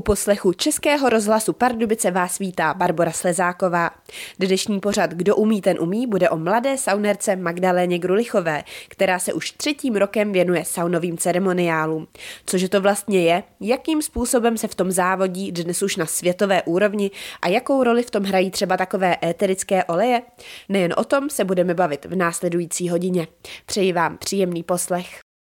poslechu Českého rozhlasu Pardubice vás vítá Barbora Slezáková. Dnešní pořad Kdo umí, ten umí bude o mladé saunerce Magdaléně Grulichové, která se už 3. rokem věnuje saunovým ceremoniálům. Cože to vlastně je, jakým způsobem se v tom závodí dnes už na světové úrovni a jakou roli v tom hrají třeba takové éterické oleje? Nejen o tom se budeme bavit v následující hodině. Přeji vám příjemný poslech.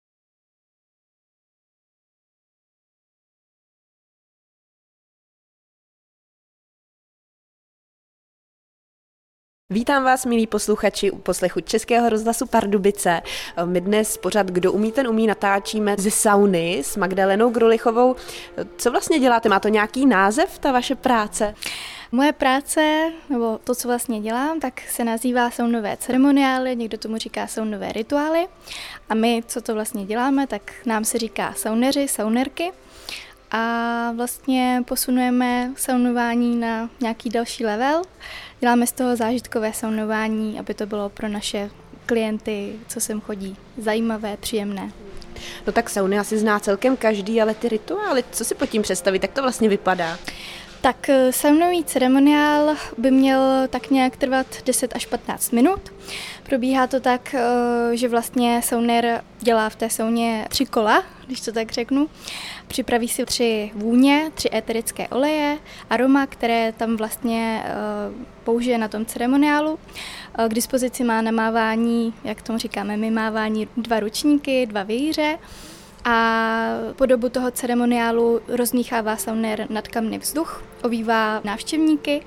Vítám vás, milí posluchači, u poslechu Českého rozhlasu Pardubice. My dnes pořad Kdo umí, ten umí natáčíme ze sauny s Magdalénou Grulichovou. Co vlastně děláte? Má to nějaký název, ta vaše práce? Moje práce, nebo to, co vlastně dělám, tak se nazývá saunové ceremoniály, někdo tomu říká saunové rituály. A my, co to vlastně děláme, tak nám se říká sauneři, saunerky. A vlastně posunujeme saunování na nějaký další level. Děláme z toho zážitkové saunování, aby to bylo pro naše klienty, co sem chodí, zajímavé, příjemné. No tak sauny asi zná celkem každý, ale ty rituály, co si pod tím představit, jak to vlastně vypadá? Tak saunový ceremoniál by měl tak nějak trvat 10 až 15 minut. Probíhá to tak, že vlastně saunér dělá v té sauně 3 kola, když to tak řeknu. Připraví si 3 vůně, 3 éterické oleje, aroma, které tam vlastně použije na tom ceremoniálu. K dispozici má na mávání, jak tomu říkáme, my mávání 2 ručníky, 2 vějíře. A po dobu toho ceremoniálu rozmíchává saunér nad kamny vzduch, ovívá návštěvníky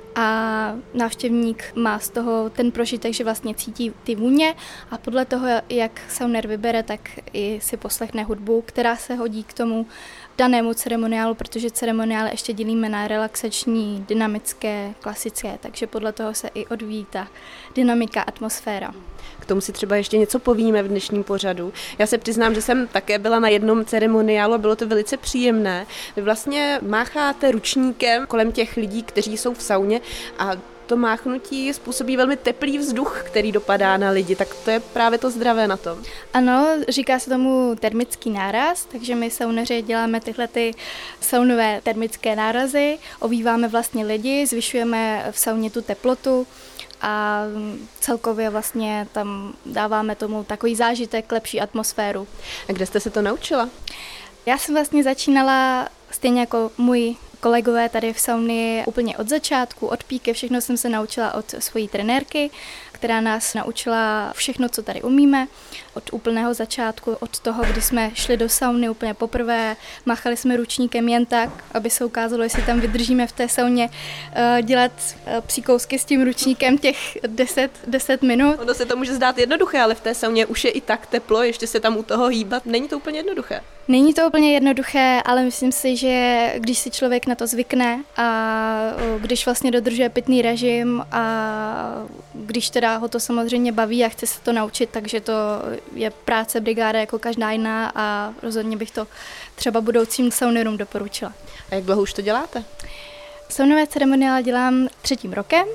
a návštěvník má z toho ten prožitek, že vlastně cítí ty vůně a podle toho, jak saunér vybere, tak i si poslechne hudbu, která se hodí k tomu danému ceremoniálu, protože ceremoniály ještě dělíme na relaxační, dynamické, klasické, takže podle toho se i odvíjí ta dynamika, atmosféra. K tomu si třeba ještě něco povíme v dnešním pořadu. Já se přiznám, že jsem také byla na jednom ceremoniálu a bylo to velice příjemné. Vy vlastně mácháte ručníkem kolem těch lidí, kteří jsou v sauně a to máchnutí způsobí velmi teplý vzduch, který dopadá na lidi, tak to je právě to zdravé na tom. Ano, říká se tomu termický náraz, takže my sauneři děláme tyhle saunové termické nárazy, ovíváme vlastně lidi, zvyšujeme v sauně tu teplotu a celkově vlastně tam dáváme tomu takový zážitek, lepší atmosféru. A kde jste se to naučila? Já jsem vlastně začínala stejně jako můj kolegové tady v sauně úplně od začátku, od píky, všechno jsem se naučila od svojí trenérky, která nás naučila všechno, co tady umíme, od úplného začátku, od toho, kdy jsme šli do sauny úplně poprvé, máchali jsme ručníkem jen tak, aby se ukázalo, jestli tam vydržíme v té sauně dělat příkousky s tím ručníkem těch 10 minut. Ono se to může zdát jednoduché, ale v té sauně už je i tak teplo, ještě se tam u toho hýbat, není to úplně jednoduché. Není to úplně jednoduché, ale myslím si, že když si člověk na to zvykne a když vlastně dodržuje pitný režim a když teda ho to samozřejmě baví a chce se to naučit, takže to je práce brigáda jako každá jiná a rozhodně bych to třeba budoucím saunerům doporučila. A jak dlouho už to děláte? Saunové ceremoniály dělám 3. rokem,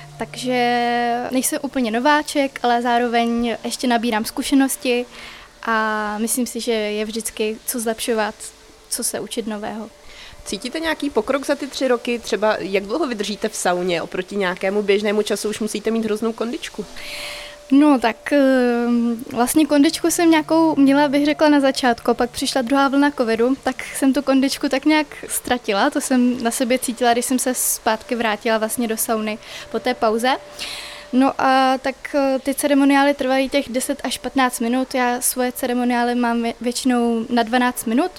takže nejsem úplně nováček, ale zároveň ještě nabírám zkušenosti a myslím si, že je vždycky co zlepšovat, co se učit nového. Cítíte nějaký pokrok za ty 3 roky? Třeba jak dlouho vydržíte v sauně? Oproti nějakému běžnému času už musíte mít hroznou kondičku. No tak vlastně kondičku jsem nějakou měla, bych řekla, na začátku, pak přišla druhá vlna covidu, tak jsem tu kondičku tak nějak ztratila, to jsem na sobě cítila, když jsem se zpátky vrátila vlastně do sauny po té pauze. No a tak ty ceremoniály trvají těch 10 až 15 minut, já svoje ceremoniály mám většinou na 12 minut.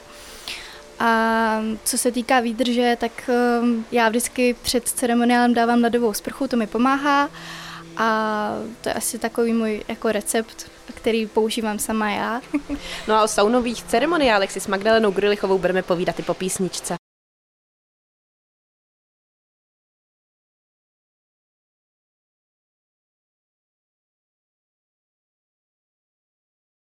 A co se týká výdrže, tak já vždycky před ceremoniálem dávám ledovou sprchu, to mi pomáhá a to je asi takový můj jako recept, který používám sama já. No a o saunových ceremoniálech si s Magdalénou Grulichovou budeme povídat i po písničce.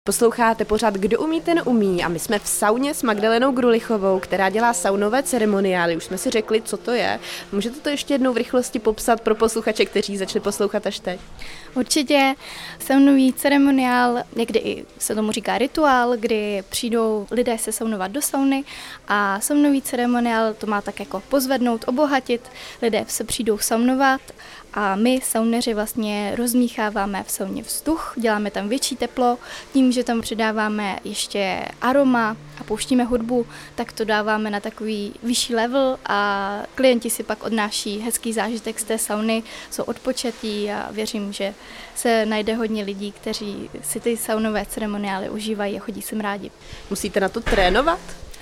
Posloucháte pořád Kdo umí, ten umí a my jsme v sauně s Magdalenou Grulichovou, která dělá saunové ceremoniály. Už jsme si řekli, co to je. Můžete to ještě jednou v rychlosti popsat pro posluchače, kteří začali poslouchat až teď? Určitě. Saunový ceremoniál, někdy i se tomu říká rituál, kdy přijdou lidé se saunovat do sauny a saunový ceremoniál to má tak jako pozvednout, obohatit. Lidé se přijdou saunovat a my, sauneři, vlastně rozmícháváme v sauně vzduch, děláme tam větší teplo, tím, že tam přidáváme ještě aroma a pouštíme hudbu, tak to dáváme na takový vyšší level a klienti si pak odnáší hezký zážitek z té sauny, jsou odpočatí a věřím, že se najde hodně lidí, kteří si ty saunové ceremoniály užívají a chodí sem rádi. Musíte na to trénovat?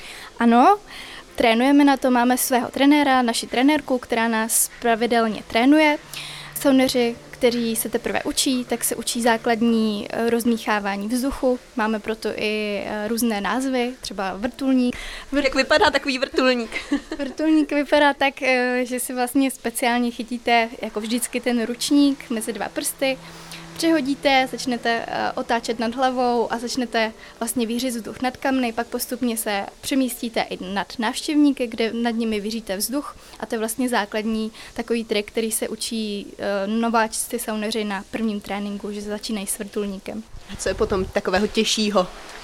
Ano, trénujeme na to, máme svého trenéra, naši trenérku, která nás pravidelně trénuje. Sauneři, kteří se teprve učí, tak se učí základní rozmíchávání vzduchu. Máme proto i různé názvy, třeba vrtulník. Jak vypadá takový vrtulník? Vrtulník vypadá tak, že si vlastně speciálně chytíte jako vždycky ten ručník mezi dva prsty, přehodíte, začnete otáčet nad hlavou a začnete vlastně vířit vzduch nad kamny, pak postupně se přemístíte i nad návštěvníky, kde nad nimi víříte vzduch a to je vlastně základní takový trik, který se učí nováčci sauneři na prvním tréninku, že začínají s vrtulníkem. A co je potom takového těžšího?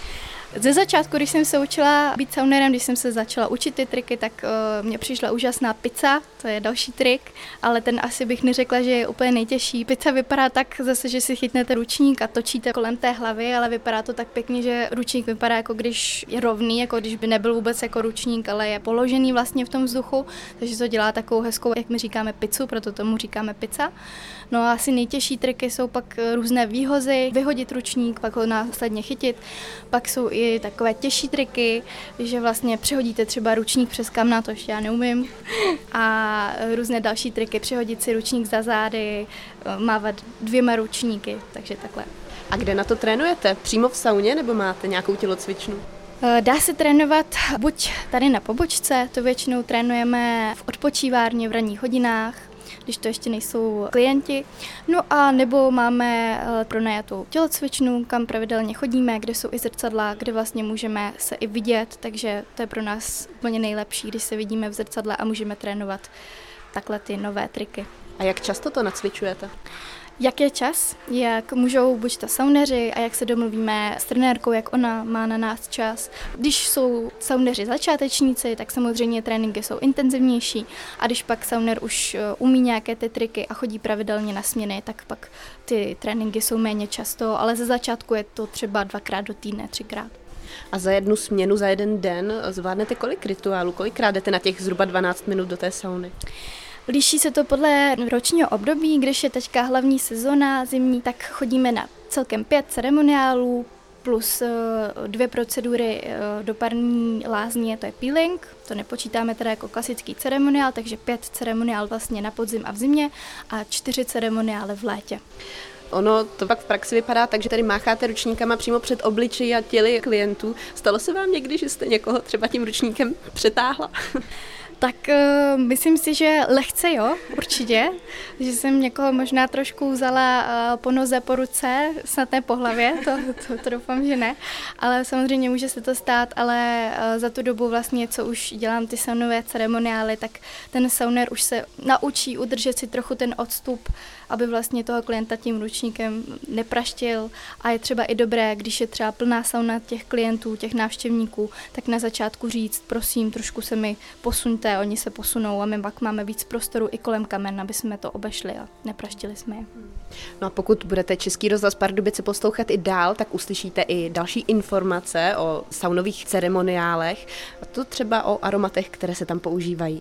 Ze začátku, když jsem se učila být saunérem, když jsem se začala učit ty triky, tak mně přišla úžasná pizza, to je další trik, ale ten asi bych neřekla, že je úplně nejtěžší. Pizza vypadá tak zase, že si chytnete ručník a točíte kolem té hlavy, ale vypadá to tak pěkně, že ručník vypadá jako když je rovný, jako když by nebyl vůbec jako ručník, ale je položený vlastně v tom vzduchu, takže to dělá takovou hezkou, jak my říkáme pizzu, proto tomu říkáme pizza. No a asi nejtěžší triky jsou pak různé výhozy, vyhodit ručník, pak ho následně chytit, pak jsou i takové těžší triky, že vlastně přehodíte třeba ručník přes kamna, to ještě já neumím, a různé další triky, přehodit si ručník za zády, mávat dvěma ručníky, takže takhle. A kde na to trénujete? Přímo v sauně nebo máte nějakou tělocvičnu? Dá se trénovat buď tady na pobočce, to většinou trénujeme v odpočívárně v ranních hodinách, když to ještě nejsou klienti. No a nebo máme pronajatou tělocvičnu, kam pravidelně chodíme, kde jsou i zrcadla, kde vlastně můžeme se i vidět, takže to je pro nás úplně nejlepší, když se vidíme v zrcadle a můžeme trénovat takhle ty nové triky. A jak často to nacvičujete? Jak je čas, jak můžou buď to sauneři a jak se domluvíme s trenérkou, jak ona má na nás čas. Když jsou sauneři začátečníci, tak samozřejmě tréninky jsou intenzivnější a když pak sauner už umí nějaké ty triky a chodí pravidelně na směny, tak pak ty tréninky jsou méně často, ale ze začátku je to třeba 2krát do týdne, 3krát. A za jednu směnu, za jeden den zvládnete kolik rituálů? Kolikrát jdete na těch zhruba 12 minut do té sauny? Liší se to podle ročního období, když je teďka hlavní sezona zimní, tak chodíme na celkem 5 ceremoniálů plus 2 procedury do parní lázně, to je peeling, to nepočítáme teda jako klasický ceremoniál, takže 5 ceremoniál vlastně na podzim a v zimě a 4 ceremoniály v létě. Ono to pak v praxi vypadá tak, že tady mácháte ručníkama přímo před obličeji a těly klientů. Stalo se vám někdy, že jste někoho třeba tím ručníkem přetáhla? Tak myslím si, že lehce jo, určitě, že jsem někoho možná trošku vzala po noze, po ruce, snad ne po hlavě, to doufám, že ne, ale samozřejmě může se to stát, ale za tu dobu vlastně, co už dělám ty saunové ceremoniály, tak ten saunér už se naučí udržet si trochu ten odstup, aby vlastně toho klienta tím ručníkem nepraštil a je třeba i dobré, když je třeba plná sauna těch klientů, těch návštěvníků, tak na začátku říct, prosím, trošku se mi posuňte, oni se posunou a my pak máme víc prostoru i kolem kamen, aby jsme to obešli a nepraštili jsme je. No a pokud budete Český rozhlas Pardubice poslouchat i dál, tak uslyšíte i další informace o saunových ceremoniálech, a to třeba o aromatech, které se tam používají.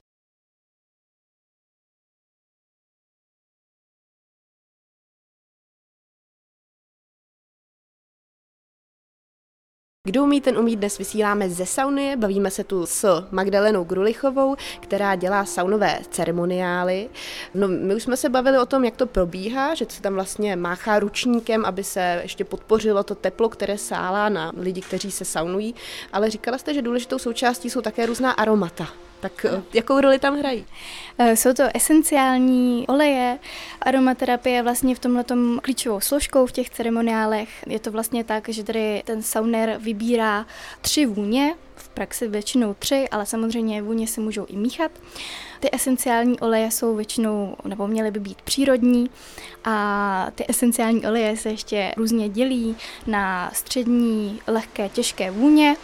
Kdo umí, ten umí, dnes vysíláme ze sauny, bavíme se tu s Magdalenou Grulichovou, která dělá saunové ceremoniály. No, my už jsme se bavili o tom, jak to probíhá, že se tam vlastně máchá ručníkem, aby se ještě podpořilo to teplo, které sálá na lidi, kteří se saunují, ale říkala jste, že důležitou součástí jsou také různá aromata. Tak jakou roli tam hrají? Jsou to esenciální oleje. Aromaterapie je vlastně v tomhletom klíčovou složkou v těch ceremoniálech. Je to vlastně tak, že tady ten saunér vybírá 3 vůně, v praxi většinou 3, ale samozřejmě vůně se můžou i míchat. Ty esenciální oleje jsou většinou, nebo měly by být přírodní, a ty esenciální oleje se ještě různě dělí na střední, lehké, těžké vůně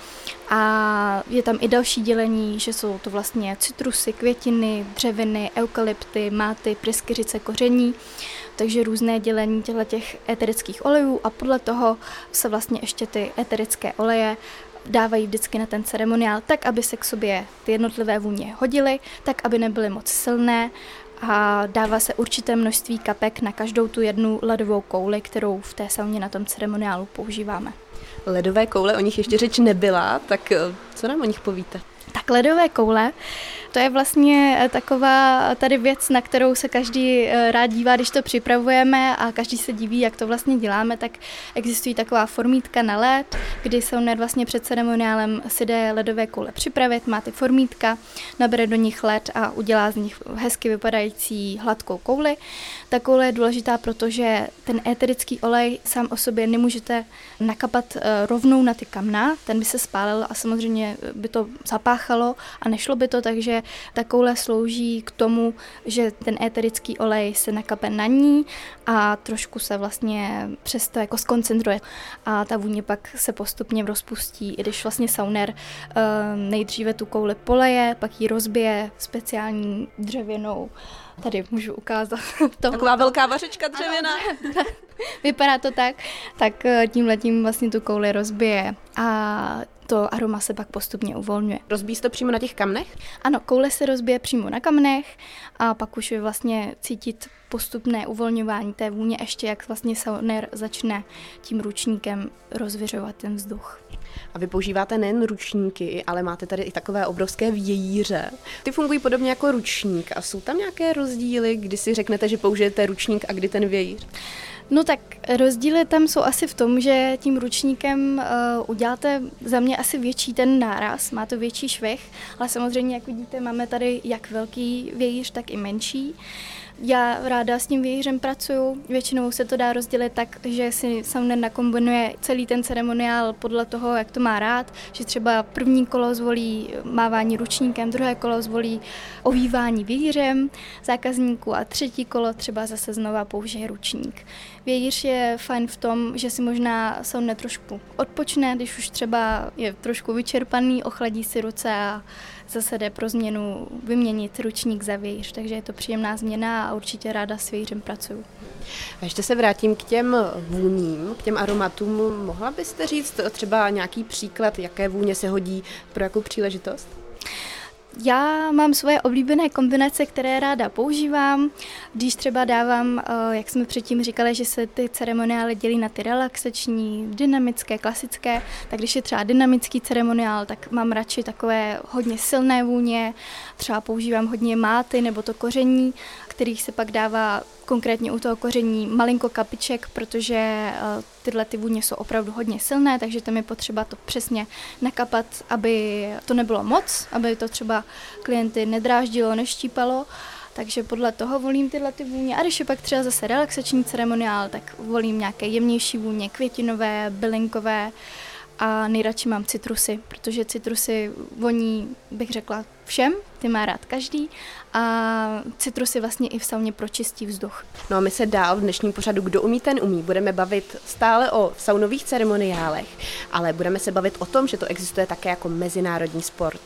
a je tam i další dělení, že jsou to vlastně citrusy, květiny, dřeviny, eukalypty, máty, pryskyřice, koření, takže různé dělení těch eterických olejů a podle toho se vlastně ještě ty eterické oleje dávají vždycky na ten ceremoniál tak, aby se k sobě ty jednotlivé vůně hodily, tak, aby nebyly moc silné a dává se určité množství kapek na každou tu jednu ledovou kouli, kterou v té sauně na tom ceremoniálu používáme. Ledové koule, o nich ještě řeč nebyla, tak co nám o nich povíte? Tak ledové koule, to je vlastně taková tady věc, na kterou se každý rád dívá, když to připravujeme a každý se diví, jak to vlastně děláme, tak existují taková formítka na led, kdy saunér vlastně před ceremoniálem si jde ledové koule připravit, má ty formítka, nabere do nich led a udělá z nich hezky vypadající hladkou kouli. Ta koule je důležitá, protože ten éterický olej sám o sobě nemůžete nakapat rovnou na ty kamna, ten by se spálil a samozřejmě by to zapáchalo a nešlo by to, takže ta koule slouží k tomu, že ten éterický olej se nakape na ní a trošku se vlastně přesto jako zkoncentruje a ta vůně pak se postupně rozpustí, i když vlastně saunér nejdříve tu kouli poleje, pak ji rozbije speciální dřevěnou. Tady můžu ukázat to. Taková velká vařečka dřevěná. Vypadá to tak. Tak tímhletím vlastně tu kouli rozbije a to aroma se pak postupně uvolňuje. Rozbíjí se to přímo na těch kamnech? Ano, koule se rozbije přímo na kamnech a pak už je vlastně cítit postupné uvolňování té vůně, ještě jak vlastně saunér začne tím ručníkem rozviřovat ten vzduch. A vy používáte nejen ručníky, ale máte tady i takové obrovské vějíře. Ty fungují podobně jako ručník a jsou tam nějaké rozdíly, kdy si řeknete, že použijete ručník a kdy ten vějíř? No tak rozdíly tam jsou asi v tom, že tím ručníkem uděláte za mě asi větší ten náraz, má to větší švih, ale samozřejmě, jak vidíte, máme tady jak velký vějíř, tak i menší. Já ráda s tím vějířem pracuju, většinou se to dá rozdělit tak, že si saunér nakombinuje celý ten ceremoniál podle toho, jak to má rád, že třeba první kolo zvolí mávání ručníkem, druhé kolo zvolí ovívání vějířem zákazníků a třetí kolo třeba zase znova použije ručník. Vějíř je fajn v tom, že si možná saunér trošku odpočne, když už třeba je trošku vyčerpaný, ochladí si ruce a zase jde pro změnu vyměnit ručník za vějíř, takže je to příjemná změna a určitě ráda s vějířem pracuju. A ještě se vrátím k těm vůním, k těm aromatům. Mohla byste říct třeba nějaký příklad, jaké vůně se hodí pro jakou příležitost? Já mám svoje oblíbené kombinace, které ráda používám. Když třeba dávám, jak jsme předtím říkali, že se ty ceremoniály dělí na ty relaxační, dynamické, klasické, tak když je třeba dynamický ceremoniál, tak mám radši takové hodně silné vůně, třeba používám hodně máty nebo to koření, kterých se pak dává konkrétně u toho koření malinko kapiček, protože tyhle ty vůně jsou opravdu hodně silné, takže tam je potřeba to přesně nakapat, aby to nebylo moc, aby to třeba klienty nedráždilo, neštípalo. Takže podle toho volím tyhle ty vůně. A když je pak třeba zase relaxační ceremoniál, tak volím nějaké jemnější vůně, květinové, bylinkové a nejradši mám citrusy, protože citrusy voní, bych řekla, všem, ty má rád každý a citrusy vlastně i v sauně pročistí vzduch. No a my se dál v dnešním pořadu Kdo umí, ten umí. Budeme bavit stále o saunových ceremoniálech, ale budeme se bavit o tom, že to existuje také jako mezinárodní sport.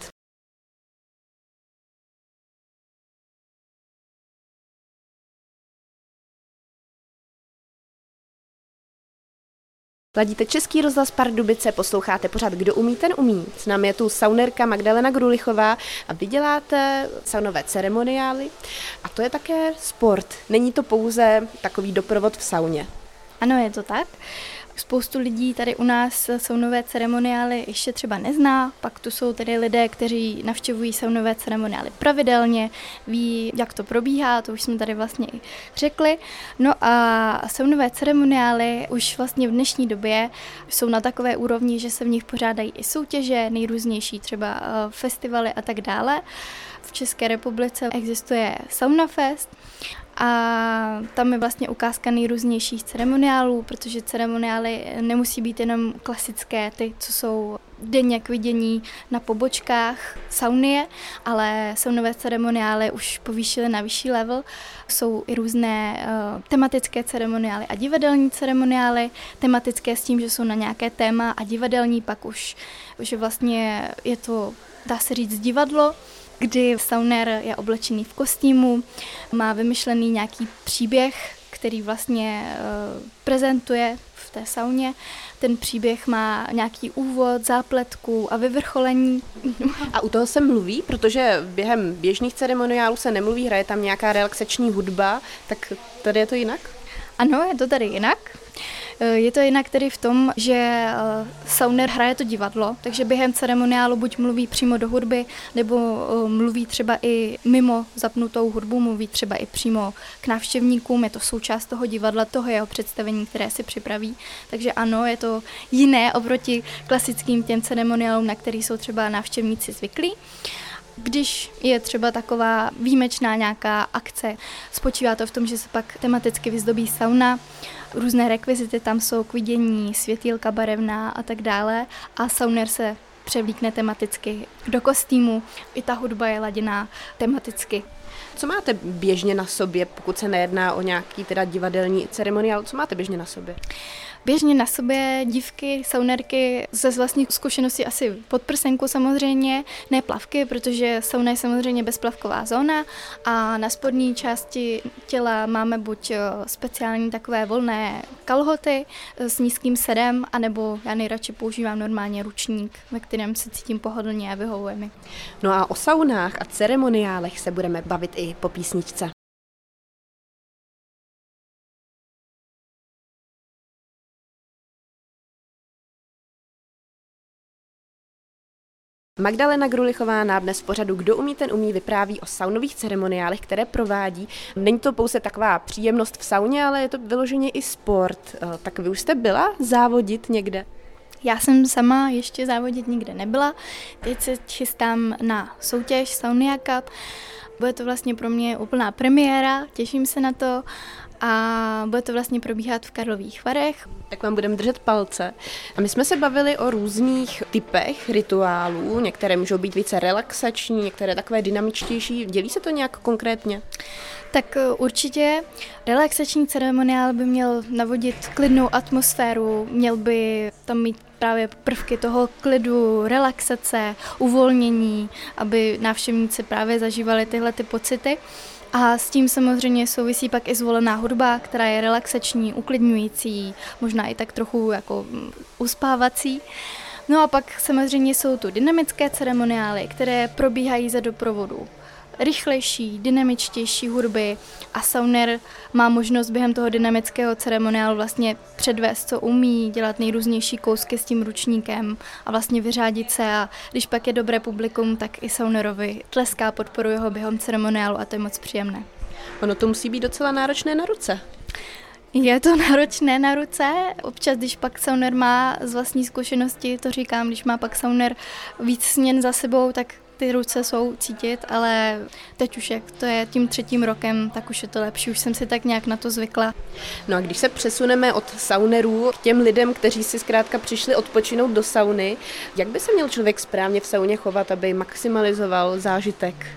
Ladíte Český rozhlas Pardubice, posloucháte pořad Kdo umí, ten umí. S námi je tu saunérka Magdalena Grulichová a vy děláte saunové ceremoniály a to je také sport. Není to pouze takový doprovod v sauně. Ano, je to tak. Spoustu lidí tady u nás saunové ceremoniály ještě třeba nezná, pak tu jsou tedy lidé, kteří navštěvují saunové ceremoniály pravidelně, ví, jak to probíhá, to už jsme tady vlastně i řekli. No a saunové ceremoniály už vlastně v dnešní době jsou na takové úrovni, že se v nich pořádají i soutěže, nejrůznější třeba festivaly a tak dále. V České republice existuje Saunafest a tam je vlastně ukázka nejrůznějších ceremoniálů, protože ceremoniály nemusí být jenom klasické, ty, co jsou denně k vidění na pobočkách saunie, ale saunové ceremoniály už povýšily na vyšší level. Jsou i různé tematické ceremoniály a divadelní ceremoniály, tematické s tím, že jsou na nějaké téma a divadelní pak už, že vlastně je to, dá se říct, divadlo, kdy saunér je oblečený v kostýmu, má vymyšlený nějaký příběh, který vlastně prezentuje v té sauně. Ten příběh má nějaký úvod, zápletku a vyvrcholení. A u toho se mluví, protože během běžných ceremoniálů se nemluví, hraje tam nějaká relaxační hudba, tak tady je to jinak? Ano, je to tady jinak. Je to jinak tedy v tom, že saunér hraje to divadlo, takže během ceremoniálu buď mluví přímo do hudby, nebo mluví třeba i mimo zapnutou hudbu, mluví třeba i přímo k návštěvníkům, je to součást toho divadla, toho jeho představení, které si připraví. Takže ano, je to jiné oproti klasickým těm ceremoniálům, na který jsou třeba návštěvníci zvyklí. Když je třeba taková výjimečná nějaká akce, spočívá to v tom, že se pak tematicky vyzdobí sauna, různé rekvizity tam jsou k vidění, světýlka barevná a tak dále a saunér se převlíkne tematicky do kostýmu, i ta hudba je laděná tematicky. Co máte běžně na sobě, pokud se nejedná o nějaký teda divadelní ceremoniál, co máte běžně na sobě? Běžně na sobě dívky, saunérky ze vlastní zkušenosti asi podprsenku samozřejmě, ne plavky, protože sauna je samozřejmě bezplavková zóna a na spodní části těla máme buď speciální takové volné kalhoty s nízkým sedem, anebo já nejradši používám normálně ručník, ve kterém se cítím pohodlně a vyhovuje mi. No a o saunách a ceremoniálech se budeme bavit i po písničce. Magdalena Grulichová nám dnes v pořadu Kdo umí, ten umí vypráví o saunových ceremoniálech, které provádí. Není to pouze taková příjemnost v sauně, ale je to vyloženě i sport. Tak vy už jste byla závodit někde? Já jsem sama ještě závodit nikde nebyla. Teď se chystám na soutěž Saunia Cup. Bude to vlastně pro mě úplná premiéra, těším se na to. A bude to vlastně probíhat v Karlových Varech. Tak vám budeme držet palce. A my jsme se bavili o různých typech rituálů. Některé můžou být více relaxační, některé takové dynamičtější. Dělí se to nějak konkrétně? Tak určitě relaxační ceremoniál by měl navodit klidnou atmosféru, měl by tam mít právě prvky toho klidu, relaxace, uvolnění, aby návštěvníci právě zažívali tyhle ty pocity. A s tím samozřejmě souvisí pak i zvolená hudba, která je relaxační, uklidňující, možná i tak trochu jako uspávací. No a pak samozřejmě jsou tu dynamické ceremoniály, které probíhají za doprovodu rychlejší, dynamičtější hudby a saunér má možnost během toho dynamického ceremoniálu vlastně předvést, co umí, dělat nejrůznější kousky s tím ručníkem a vlastně vyřádit se a když pak je dobré publikum, tak i saunérovi tleská, podporuje ho během ceremoniálu a to je moc příjemné. Ono to musí být docela náročné na ruce. Je to náročné na ruce, občas, když pak saunér má z vlastní zkušenosti, to říkám, když má pak saunér víc směn za sebou, tak ty ruce jsou cítit, ale teď už jak to je tím 3. rokem, tak už je to lepší, už jsem si tak nějak na to zvykla. No a když se přesuneme od saunerů k těm lidem, kteří si zkrátka přišli odpočinout do sauny, jak by se měl člověk správně v sauně chovat, aby maximalizoval zážitek?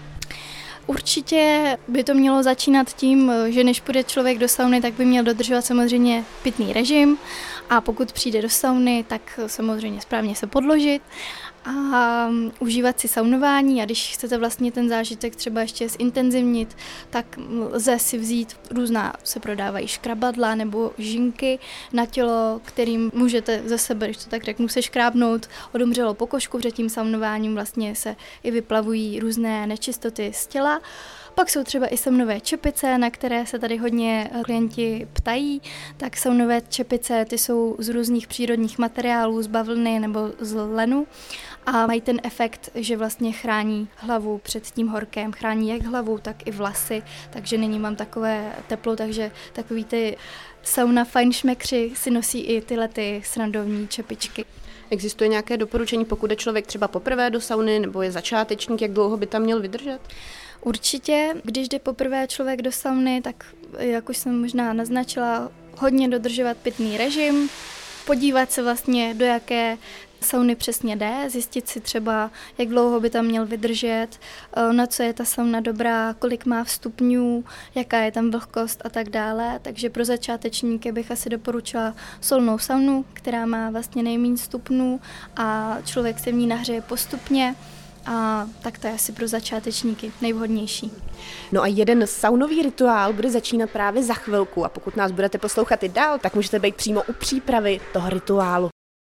Určitě by to mělo začínat tím, že než půjde člověk do sauny, tak by měl dodržovat samozřejmě pitný režim a pokud přijde do sauny, tak samozřejmě správně se podložit a užívat si saunování a když chcete vlastně ten zážitek třeba ještě zintenzivnit, tak lze si vzít různá, se prodávají škrabadla nebo žinky na tělo, kterým můžete ze sebe, když to tak řeknu, se škrábnout odumřelou pokožku, před tím saunováním vlastně se i vyplavují různé nečistoty z těla. Pak jsou třeba i saunové čepice, na které se tady hodně klienti ptají. Tak saunové čepice, ty jsou z různých přírodních materiálů, z bavlny nebo z lenu a mají ten efekt, že vlastně chrání hlavu před tím horkem, chrání jak hlavu, tak i vlasy, takže není vám takové teplo, takže takový ty sauna fajnšmekři si nosí i tyhle ty srandovní čepičky. Existuje nějaké doporučení, pokud je člověk třeba poprvé do sauny nebo je začátečník, jak dlouho by tam měl vydržet? Určitě, když jde poprvé člověk do sauny, tak jak už jsem možná naznačila, hodně dodržovat pitný režim, podívat se vlastně, do jaké sauny přesně jde, zjistit si třeba, jak dlouho by tam měl vydržet, na co je ta sauna dobrá, kolik má stupňů, jaká je tam vlhkost a tak dále. Takže pro začátečníky bych asi doporučila solnou saunu, která má vlastně nejméně stupňů a člověk se v ní nahřeje postupně. A tak to je asi pro začátečníky nejvhodnější. No a jeden saunový rituál bude začínat právě za chvilku a pokud nás budete poslouchat i dál, tak můžete být přímo u přípravy toho rituálu.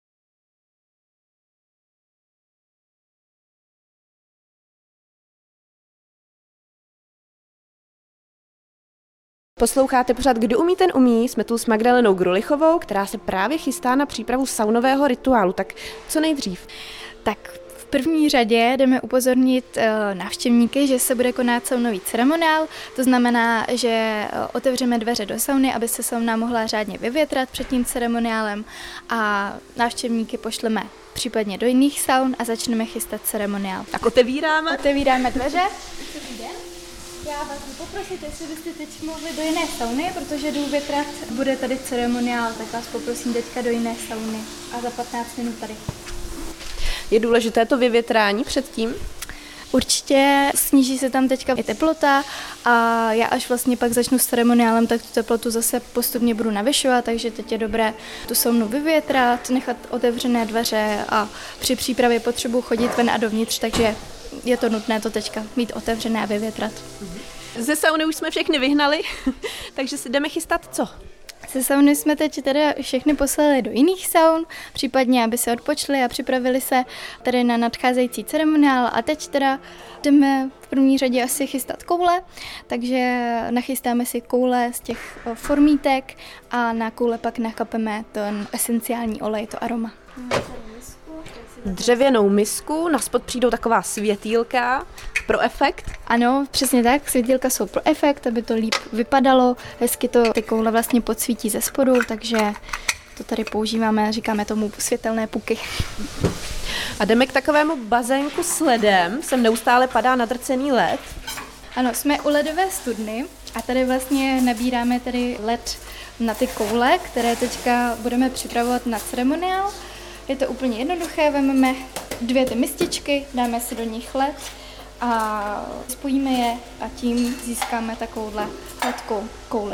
Posloucháte pořád Kdo umí, ten umí. Jsme tu s Magdalenou Grulichovou, která se právě chystá na přípravu saunového rituálu. Tak co nejdřív? Tak v první řadě jdeme upozornit návštěvníky, že se bude konat saunový ceremoniál. To znamená, že otevřeme dveře do sauny, aby se sauna mohla řádně vyvětrat před tím ceremoniálem a návštěvníky pošleme případně do jiných saun a začneme chystat ceremoniál. Tak otevíráme? Otevíráme dveře. Já vás poprosit, jestli byste teď mohli do jiné sauny, protože jdu větrat, bude tady ceremoniál, tak vás poprosím teďka do jiné sauny a za 15 minut tady. Je důležité to vyvětrání předtím? Určitě sníží se tam teďka i teplota a já až vlastně pak začnu s ceremoniálem, tak tu teplotu zase postupně budu navyšovat, takže teď je dobré tu saunu vyvětrat, nechat otevřené dveře a při přípravě potřebuji chodit ven a dovnitř, takže je to nutné to teďka mít otevřené a vyvětrat. Ze sauny už jsme všechny vyhnali, takže si jdeme chystat co? Ze sauny jsme teď teda všechny poslali do jiných saun, případně aby se odpočli a připravili se tady na nadcházející ceremoniál a teď teda jdeme v první řadě asi chystat koule, takže nachystáme si koule z těch formítek a na koule pak nakapeme ten esenciální olej, to aroma. Dřevěnou misku, naspod přijdou taková světýlka pro efekt. Ano, přesně tak, světýlka jsou pro efekt, aby to líp vypadalo, hezky to ty koule vlastně podsvítí ze spodu, takže to tady používáme, říkáme tomu světelné puky. A jdeme k takovému bazénku s ledem, sem neustále padá nadrcený led. Ano, jsme u ledové studny a tady vlastně nabíráme tady led na ty koule, které teďka budeme připravovat na ceremoniál. Je to úplně jednoduché, vezmeme 2 ty mističky, dáme si do nich led a spojíme je a tím získáme takovouhle hladkou kouli.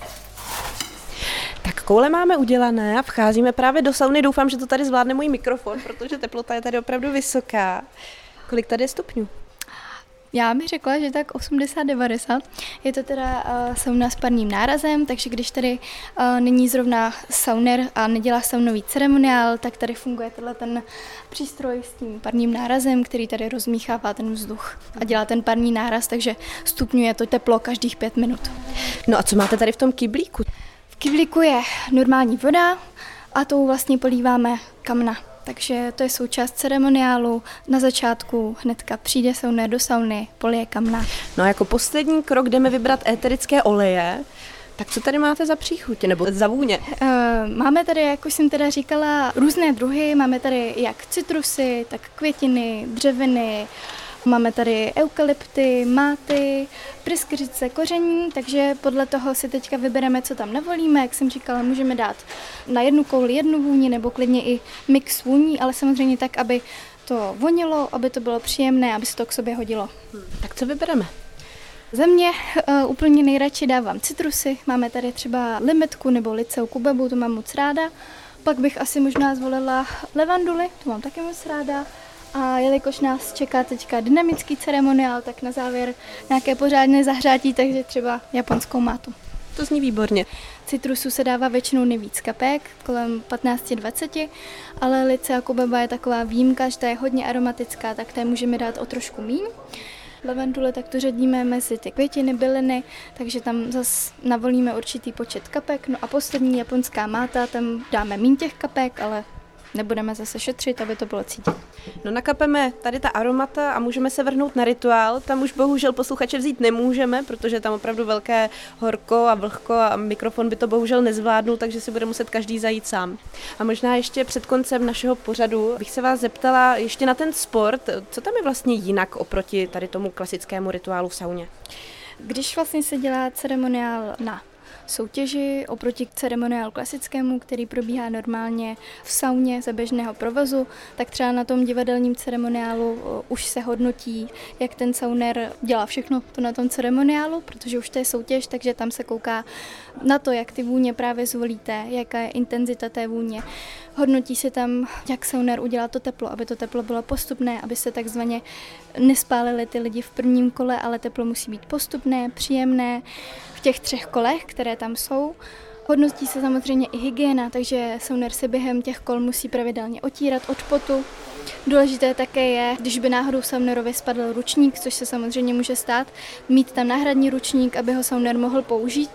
Tak koule máme udělané a vcházíme právě do sauny. Doufám, že to tady zvládne můj mikrofon, protože teplota je tady opravdu vysoká. Kolik tady je stupňů? Já bych řekla, že tak 80-90. Je to teda sauna s parním nárazem, takže když tady není zrovna sauner a nedělá saunový ceremoniál, tak tady funguje ten přístroj s tím parním nárazem, který tady rozmíchává ten vzduch a dělá ten parní náraz, takže stupňuje to teplo každých 5 minut. No a co máte tady v tom kyblíku? V kyblíku je normální voda a tou vlastně políváme kamna. Takže to je součást ceremoniálu. Na začátku hnedka přijde saunér do sauny, polije kamna. No a jako poslední krok jdeme vybrat éterické oleje. Tak co tady máte za příchuť nebo za vůně? Máme tady, jak už jsem teda říkala, různé druhy. Máme tady jak citrusy, tak květiny, dřeviny. Máme tady eukalypty, máty, pryskyřice, koření, takže podle toho si teďka vybereme, co tam navolíme. Jak jsem říkala, můžeme dát na jednu kouli jednu vůni nebo klidně i mix vůní, ale samozřejmě tak, aby to vonilo, aby to bylo příjemné, aby se to k sobě hodilo. Tak co vybereme? Za mě úplně nejradši dávám citrusy. Máme tady třeba limetku nebo liceu kubabu, to mám moc ráda. Pak bych asi možná zvolila levanduly, to mám taky moc ráda. A jelikož nás čeká teďka dynamický ceremoniál, tak na závěr nějaké pořádné zahřátí, takže třeba japonskou mátu. To zní výborně. Citrusu se dává většinou nejvíc kapek, kolem 15-20, ale licea kubaba je taková výjimka, že ta je hodně aromatická, tak té můžeme dát o trošku míň. Lavendule tak to řadíme mezi ty květiny, byliny, takže tam zase navolíme určitý počet kapek. No a poslední japonská máta, tam dáme míň těch kapek, ale nebudeme zase šetřit, aby to bylo cítit. No nakapeme tady ta aromata a můžeme se vrhnout na rituál. Tam už bohužel posluchače vzít nemůžeme, protože tam opravdu velké horko a vlhko a mikrofon by to bohužel nezvládnul, takže si bude muset každý zajít sám. A možná ještě před koncem našeho pořadu bych se vás zeptala ještě na ten sport. Co tam je vlastně jinak oproti tady tomu klasickému rituálu v sauně? Když vlastně se dělá ceremoniál na soutěži oproti ceremoniálu klasickému, který probíhá normálně v sauně za běžného provozu, tak třeba na tom divadelním ceremoniálu už se hodnotí, jak ten saunér dělá všechno to na tom ceremoniálu, protože už to je soutěž, takže tam se kouká na to, jak ty vůně právě zvolíte, jaká je intenzita té vůně. Hodnotí se tam, jak saunér udělá to teplo, aby to teplo bylo postupné, aby se takzvaně nespálili ty lidi v prvním kole, ale teplo musí být postupné, příjemné v těch 3 kolech, které tam jsou. Hodnotí se samozřejmě i hygiena, takže saunér se během těch kol musí pravidelně otírat od potu. Důležité také je, když by náhodou saunérovi spadl ručník, což se samozřejmě může stát, mít tam náhradní ručník, aby ho saunér mohl použít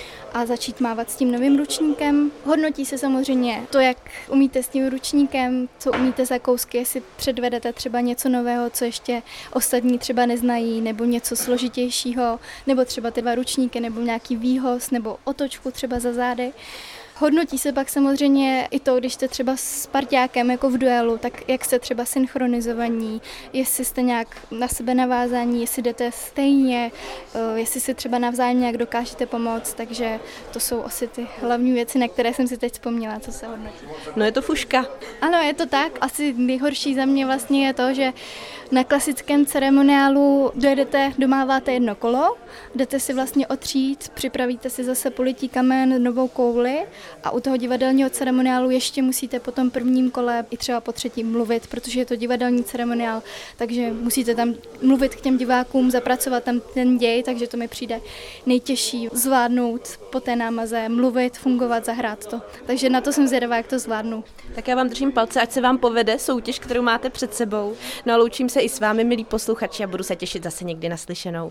a začít mávat s tím novým ručníkem. Hodnotí se samozřejmě to, jak umíte s tím ručníkem, co umíte za kousky, jestli předvedete třeba něco nového, co ještě ostatní třeba neznají, nebo něco složitějšího, nebo třeba ty 2 ručníky, nebo nějaký výhoz, nebo otočku třeba za zády. Hodnotí se pak samozřejmě i to, když jste třeba s parťákem jako v duelu, tak jak jste třeba synchronizovaní, jestli jste nějak na sebe navázání, jestli jdete stejně, jestli si třeba navzájem nějak dokážete pomoct, takže to jsou asi ty hlavní věci, na které jsem si teď vzpomněla, co se hodnotí. No je to fuška. Ano, je to tak. Asi nejhorší za mě vlastně je to, že na klasickém ceremoniálu dojedete, domáváte 1 kolo, jdete si vlastně otřít, připravíte si zase polití kamen, novou kouli a u toho divadelního ceremoniálu ještě musíte po tom prvním kole i třeba po 3. mluvit, protože je to divadelní ceremoniál, takže musíte tam mluvit k těm divákům, zapracovat tam ten děj, takže to mi přijde nejtěžší zvládnout po té námaze, mluvit, fungovat, zahrát to. Takže na to jsem zvědavá, jak to zvládnu. Tak já vám držím palce, ať se vám povede soutěž, kterou máte před sebou. No a loučím se i s vámi, milí posluchači, a budu se těšit zase někdy naslyšenou.